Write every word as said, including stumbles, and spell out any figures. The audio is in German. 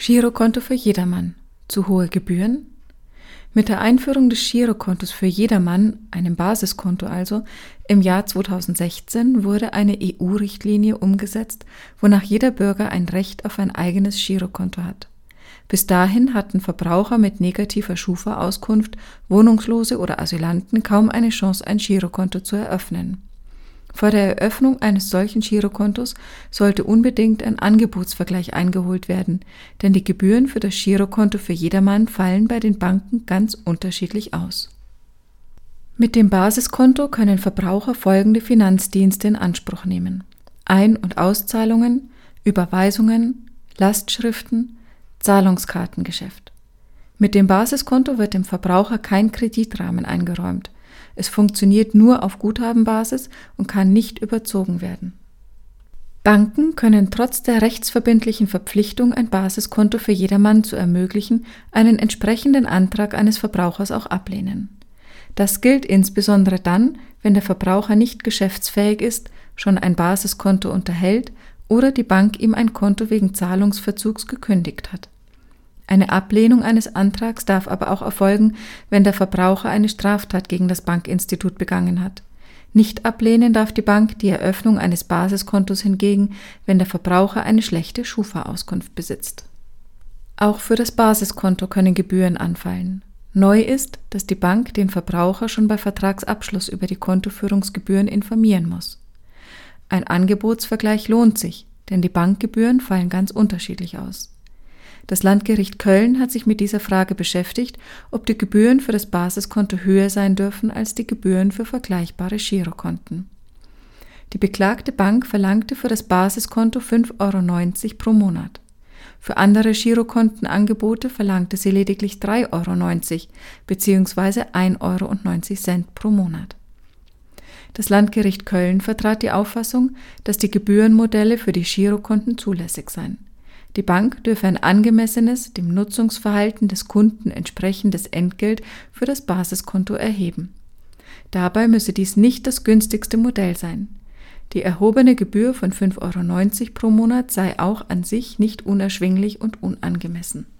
Girokonto für jedermann. Zu hohe Gebühren? Mit der Einführung des Girokontos für jedermann, einem Basiskonto also, im Jahr zweitausendsechzehn wurde eine E U-Richtlinie umgesetzt, wonach jeder Bürger ein Recht auf ein eigenes Girokonto hat. Bis dahin hatten Verbraucher mit negativer Schufa-Auskunft, Wohnungslose oder Asylanten kaum eine Chance, ein Girokonto zu eröffnen. Vor der Eröffnung eines solchen Girokontos sollte unbedingt ein Angebotsvergleich eingeholt werden, denn die Gebühren für das Girokonto für jedermann fallen bei den Banken ganz unterschiedlich aus. Mit dem Basiskonto können Verbraucher folgende Finanzdienste in Anspruch nehmen: Ein- und Auszahlungen, Überweisungen, Lastschriften, Zahlungskartengeschäft. Mit dem Basiskonto wird dem Verbraucher kein Kreditrahmen eingeräumt. Es funktioniert nur auf Guthabenbasis und kann nicht überzogen werden. Banken können trotz der rechtsverbindlichen Verpflichtung, ein Basiskonto für jedermann zu ermöglichen, einen entsprechenden Antrag eines Verbrauchers auch ablehnen. Das gilt insbesondere dann, wenn der Verbraucher nicht geschäftsfähig ist, schon ein Basiskonto unterhält oder die Bank ihm ein Konto wegen Zahlungsverzugs gekündigt hat. Eine Ablehnung eines Antrags darf aber auch erfolgen, wenn der Verbraucher eine Straftat gegen das Bankinstitut begangen hat. Nicht ablehnen darf die Bank die Eröffnung eines Basiskontos hingegen, wenn der Verbraucher eine schlechte Schufa-Auskunft besitzt. Auch für das Basiskonto können Gebühren anfallen. Neu ist, dass die Bank den Verbraucher schon bei Vertragsabschluss über die Kontoführungsgebühren informieren muss. Ein Angebotsvergleich lohnt sich, denn die Bankgebühren fallen ganz unterschiedlich aus. Das Landgericht Köln hat sich mit dieser Frage beschäftigt, ob die Gebühren für das Basiskonto höher sein dürfen als die Gebühren für vergleichbare Girokonten. Die beklagte Bank verlangte für das Basiskonto fünf Euro neunzig pro Monat. Für andere Girokontenangebote verlangte sie lediglich drei Euro neunzig bzw. ein Euro neunzig pro Monat. Das Landgericht Köln vertrat die Auffassung, dass die Gebührenmodelle für die Girokonten zulässig seien. Die Bank dürfe ein angemessenes, dem Nutzungsverhalten des Kunden entsprechendes Entgelt für das Basiskonto erheben. Dabei müsse dies nicht das günstigste Modell sein. Die erhobene Gebühr von fünf Euro neunzig pro Monat sei auch an sich nicht unerschwinglich und unangemessen.